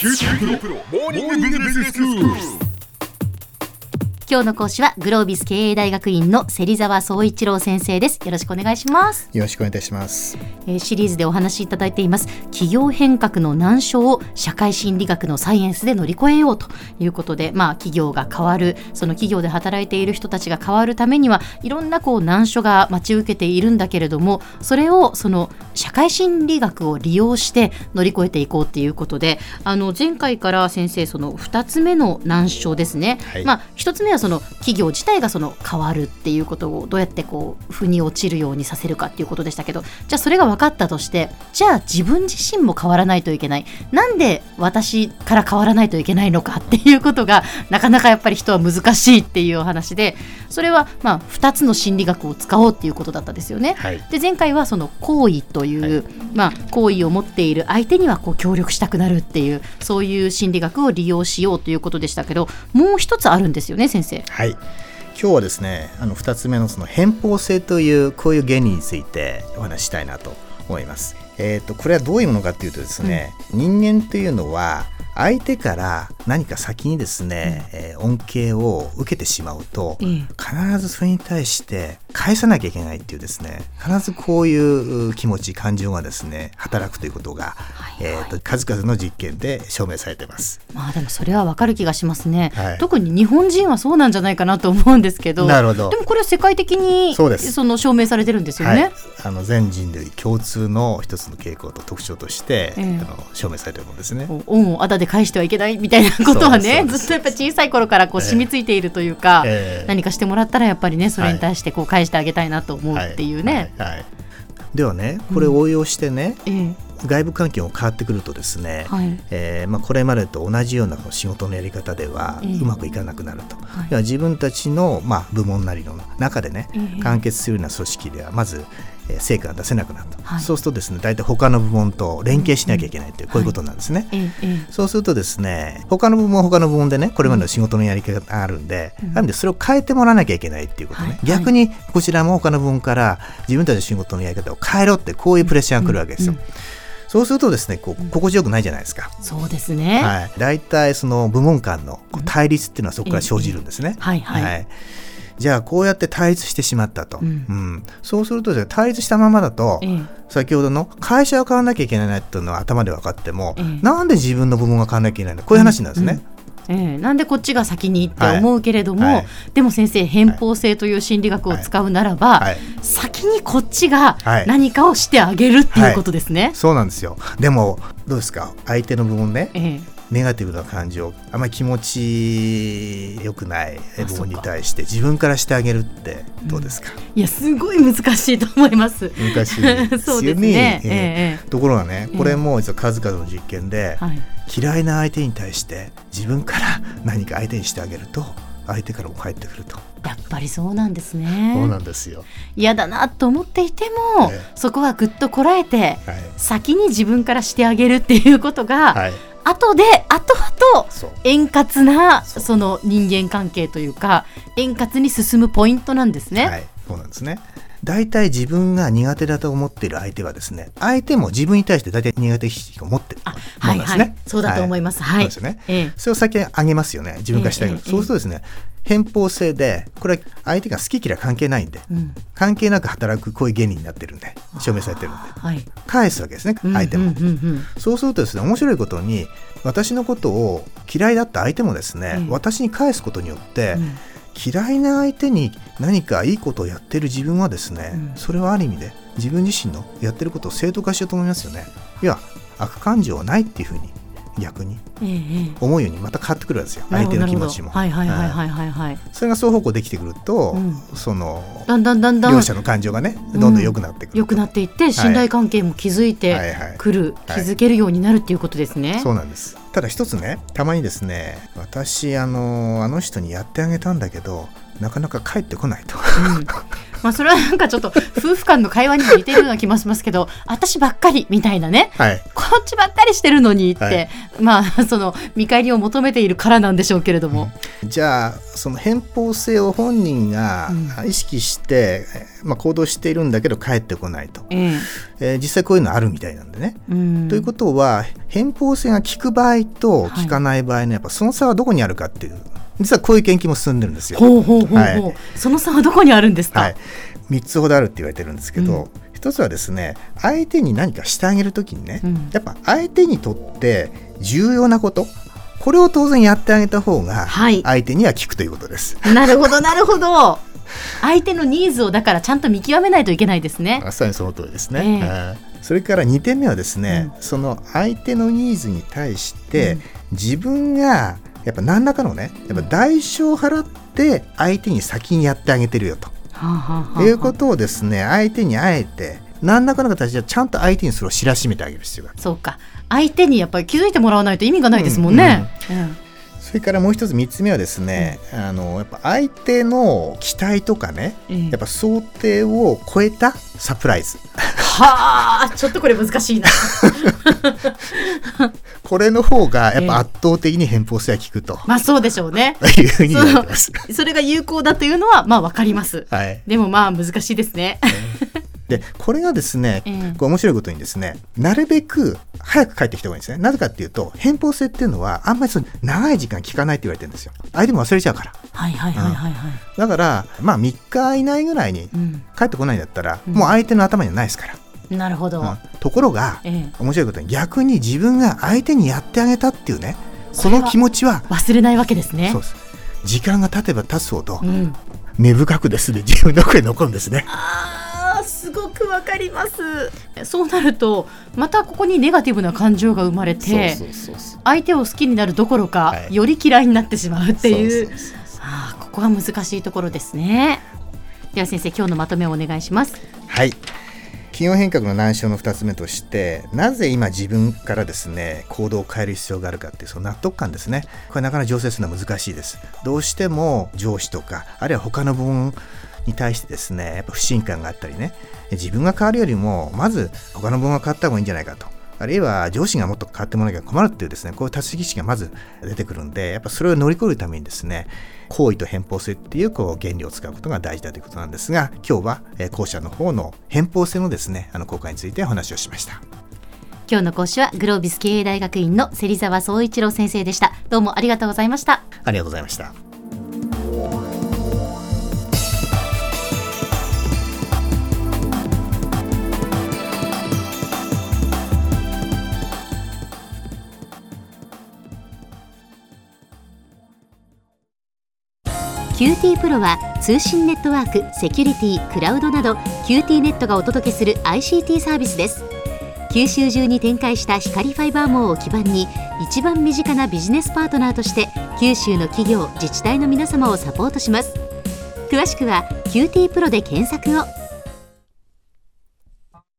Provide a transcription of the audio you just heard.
キューティープロモーニングビジネススクール。 今日の講師はグロービス経営大学院の芹沢総一郎先生です。よろしくお願いします。 よろしくお願いいたします。 シリーズでお話しいただいています企業変革の難所を社会心理学のサイエンスで乗り越えようということで、企業が変わる、その企業で働いている人たちが変わるためにはいろんな難所が待ち受けているんだけれども、それをその社会心理学を利用して乗り越えていこうということで、前回から先生その2つ目の難所ですね、1つ目はその企業自体がその変わるっていうことをどうやって腑に落ちるようにさせるかっていうことでしたけど、じゃあそれが分かったとして、じゃあ自分自身も変わらないといけない、なんで私から変わらないといけないのかっていうことがなかなかやっぱり人は難しいっていうお話で、それは2つの心理学を使おうっていうことだったですよね、で前回はその好意という、好意を持っている相手には協力したくなるっていう、そういう心理学を利用しようということでしたけど、もう一つあるんですよね先生。 はい、今日はですね2つ目のその偏方性というこういう原理についてお話ししたいなと思います。これはどういうものかというとですね、人間というのは相手から何か先にですね、恩恵を受けてしまうと、必ずそれに対して返さなきゃいけないっていうですね、必ずこういう気持ち感情がですね働くということが、数々の実験で証明されています。 でもそれは分かる気がしますね、特に日本人はそうなんじゃないかなと思うんですけど。 なるほど。 でもこれは世界的にその証明されてるんですよね、 全人類共通の一つの傾向と特徴として、証明されているものですね。 恩をあだで返してはいけないみたいなことはね、ずっとやっぱ小さい頃から染みついているというか、何かしてもらったらやっぱりね、それに対して返してあげたいなと思うっていうね、 ではね、これを応用してね、外部環境が変わってくるとですね、これまでと同じような仕事のやり方ではうまくいかなくなると、自分たちの、部門なりの中でね、完結するような組織ではまず成果が出せなくなると、そうするとですね、大体他の部門と連携しなきゃいけないという、こういうことなんですね、そうするとですね、他の部門は他の部門でね、これまでの仕事のやり方があるんで、なんでそれを変えてもらわなきゃいけないっていうことね、逆にこちらも他の部門から自分たちの仕事のやり方を変えろって、こういうプレッシャーが来るわけですよ。そうするとですね、心地よくないじゃないですか。 そうですね、 大体その部門間の対立っていうのはそこから生じるんですね。じゃあこうやって対立してしまったと、そうするとですね、対立したままだと、先ほどの会社が変わらなきゃいけないっていうのは頭で分かっても、なんで自分の部門が変わらなきゃいけないの、こういう話なんですね。 なんでこっちが先にって思うけれども、でも先生、偏方性という心理学を使うならば、先にこっちが何かをしてあげるっていうことですね。 そうなんですよ。でもどうですか、相手の部門ね、ネガティブな感情、あまり気持ち良くない部門に対して自分からしてあげるってどうですか。 いや、すごい難しいと思います。 難しいですよね。ところがね、これも実は数々の実験で、嫌いな相手に対して自分から何か相手にしてあげると、相手からも返ってくると。 やっぱりそうなんですね。 そうなんですよ。 嫌だなと思っていても、そこはぐっとこらえて、先に自分からしてあげるっていうことが、後々円滑なその人間関係というか、円滑に進むポイントなんですね。 そうなんですね。大体自分が苦手だと思っている相手はですね、相手も自分に対して大体苦手意識を持っているものですね。 そうだと思います。 そうですよね。それを先にあげますよね、自分からしてあげる。そうするとですね、偏方性で、これは相手が好き嫌い関係ないんで、関係なく働くこういう原理になってるんで、証明されてるんで、返すわけですね、相手も。そうするとですね、面白いことに、私のことを嫌いだった相手もですね、私に返すことによって、嫌いな相手に何かいいことをやってる自分はですね、それはある意味で自分自身のやってることを正当化しようと思いますよね。いや、悪感情はないっていうふうに逆に思うようにまた変わってくるわけですよ、相手の気持ちも。それが双方向できてくると、そのだんだん両者の感情がね、どんどん良くなってくる、 良くなっていって、信頼関係も築いてくる、築けるようになるっていうことですね。 そうなんです。ただ一つね、たまにですね、私あの人にやってあげたんだけどなかなか帰ってこないと、 それはなんかちょっと夫婦間の会話にも似てるような気もしますけど私ばっかりみたいなね、 はい、 こっちばっかりしてるのにって、その見返りを求めているからなんでしょうけれども、 じゃあその偏方性を本人が意識して、行動しているんだけど返ってこないと、実際こういうのあるみたいなんでね、ということは偏方性が効く場合と効かない場合のやっぱその差はどこにあるかっていう、実はこういう研究も進んでるんですよ。 その差はどこにあるんですか。 3つほどあるって言われてるんですけど、一つはですね、相手に何かしてあげるときにね、やっぱ相手にとって重要なこと、これを当然やってあげた方が相手には効くということです。 なるほどなるほど。相手のニーズをだからちゃんと見極めないといけないですね。 まさにその通りですね。それから2点目はですね、その相手のニーズに対して、自分がやっぱ何らかのね、やっぱ代償を払って相手に先にやってあげてるよと、いうことをですね、相手にあえて何らかの形でちゃんと相手にそれを知らしめてあげる必要がある。 そうか、相手にやっぱり気づいてもらわないと意味がないですもんね。 それからもう一つ3つ目はですね、やっぱ相手の期待とかね、やっぱ想定を超えたサプライズ。 はあ、ちょっとこれ難しいな。 これの方がやっぱ圧倒的に偏方性が効くと、 そうでしょうね。 いうふうに言われてます。 それが有効だというのは分かります。でも難しいですね。 でこれがですね、これ面白いことにですね、なるべく早く帰ってきた方がいいんですね。なぜかっていうと、偏方性っていうのはあんまり長い時間効かないって言われてるんですよ。相手も忘れちゃうから。だから3日以内ぐらいに帰ってこないんだったら、もう相手の頭にはないですから。 なるほど。 ところが、面白いことに逆に自分が相手にやってあげたっていうね、その気持ちは忘れないわけですね。 そうです。時間が経てば経つほど、根深くですね、自分の声に残るんですね。 すごくわかります。そうなるとまたここにネガティブな感情が生まれて、相手を好きになるどころか、より嫌いになってしまうっていう、ここが難しいところですね。では先生、今日のまとめをお願いします。 はい、企業変革の難所の2つ目として、なぜ今自分からですね行動を変える必要があるかっていうその納得感ですね。これなかなか醸成するのは難しいです。どうしても上司とかあるいは他の部門に対してですね、やっぱ不信感があったりね、自分が変わるよりもまず他の部門が変わった方がいいんじゃないかと、あるいは上司がもっと変わってもらわなきゃ困るっていうですね、こういう多数意識がまず出てくるんで、やっぱそれを乗り越えるためにですね、行為と偏方性っていう原理を使うことが大事だということなんですが、今日は後者の方の偏方性のですね効果についてお話をしました。 今日の講師はグロービス経営大学院の芹沢総一郎先生でした。どうもありがとうございました。 ありがとうございました。 QT プロは通信ネットワーク、セキュリティ、クラウドなど QT ネットがお届けする ICT サービスです。九州中に展開した光ファイバー網を基盤に、一番身近なビジネスパートナーとして九州の企業・自治体の皆様をサポートします。詳しくは QT プロで検索を。